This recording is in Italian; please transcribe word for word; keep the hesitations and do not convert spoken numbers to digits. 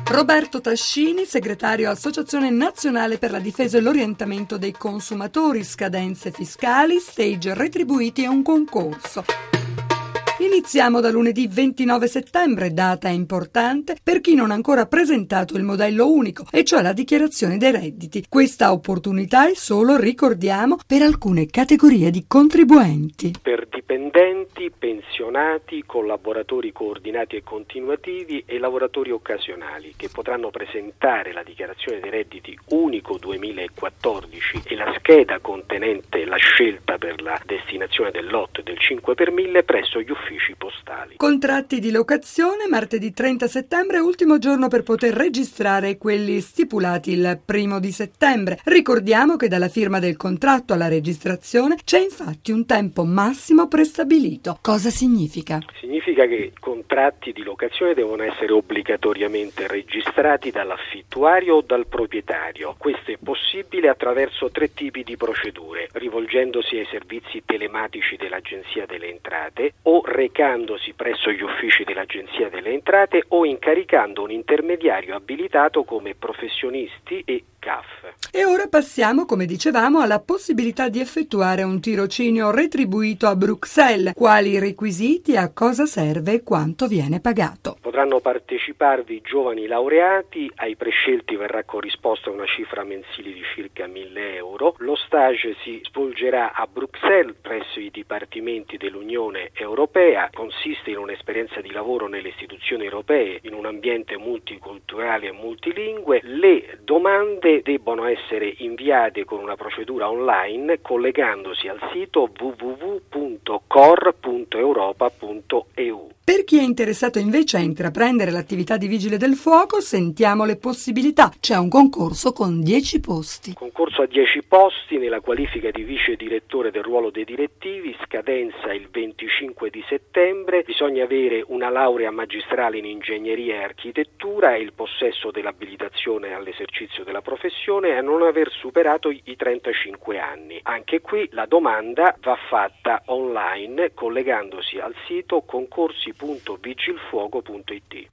Roberto Tascini, segretario Associazione Nazionale per la Difesa e l'Orientamento dei Consumatori, scadenze fiscali, stage retribuiti e un concorso. Iniziamo da lunedì ventinove settembre, data importante per chi non ha ancora presentato il modello unico, e cioè la dichiarazione dei redditi. Questa opportunità è solo, ricordiamo, per alcune categorie di contribuenti. Per dipendenti, pensionati, collaboratori coordinati e continuativi e lavoratori occasionali che potranno presentare la dichiarazione dei redditi unico duemilaquattordici e la scheda contenente la scelta per la destinazione dell'otto e del cinque per mille presso gli uffici postali. Contratti di locazione martedì trenta settembre, ultimo giorno per poter registrare quelli stipulati il primo di settembre. Ricordiamo che dalla firma del contratto alla registrazione c'è infatti un tempo massimo prestabilito. Cosa significa? Significa che i contratti di locazione devono essere obbligatoriamente registrati dall'affittuario o dal proprietario. Questo è possibile attraverso tre tipi di procedure: rivolgendosi ai servizi telematici dell'Agenzia delle Entrate o recandosi presso gli uffici dell'Agenzia delle Entrate o incaricando un intermediario abilitato come professionisti e C A F. E ora passiamo, come dicevamo, alla possibilità di effettuare un tirocinio retribuito a Bruxelles. Quali i requisiti, a cosa serve e quanto viene pagato? Potranno parteciparvi i giovani laureati, ai prescelti verrà corrisposta una cifra mensile di circa mille euro. Lo stage si svolgerà a Bruxelles presso i dipartimenti dell'Unione Europea, consiste in un'esperienza di lavoro nelle istituzioni europee in un ambiente multiculturale e multilingue. Le domande debbono essere inviate con una procedura online collegandosi al sito w w w punto cor punto europa punto e u. Per chi è interessato invece a intraprendere l'attività di vigile del fuoco, sentiamo le possibilità. C'è un concorso con dieci posti. Concorso a dieci posti nella qualifica di vice direttore del ruolo dei direttivi, scadenza il venticinque di settembre. Bisogna avere una laurea magistrale in ingegneria e architettura e il possesso dell'abilitazione all'esercizio della professione e non aver superato i trentacinque anni. Anche qui la domanda va fatta online collegandosi al sito concorsi punto vigilfuoco punto it.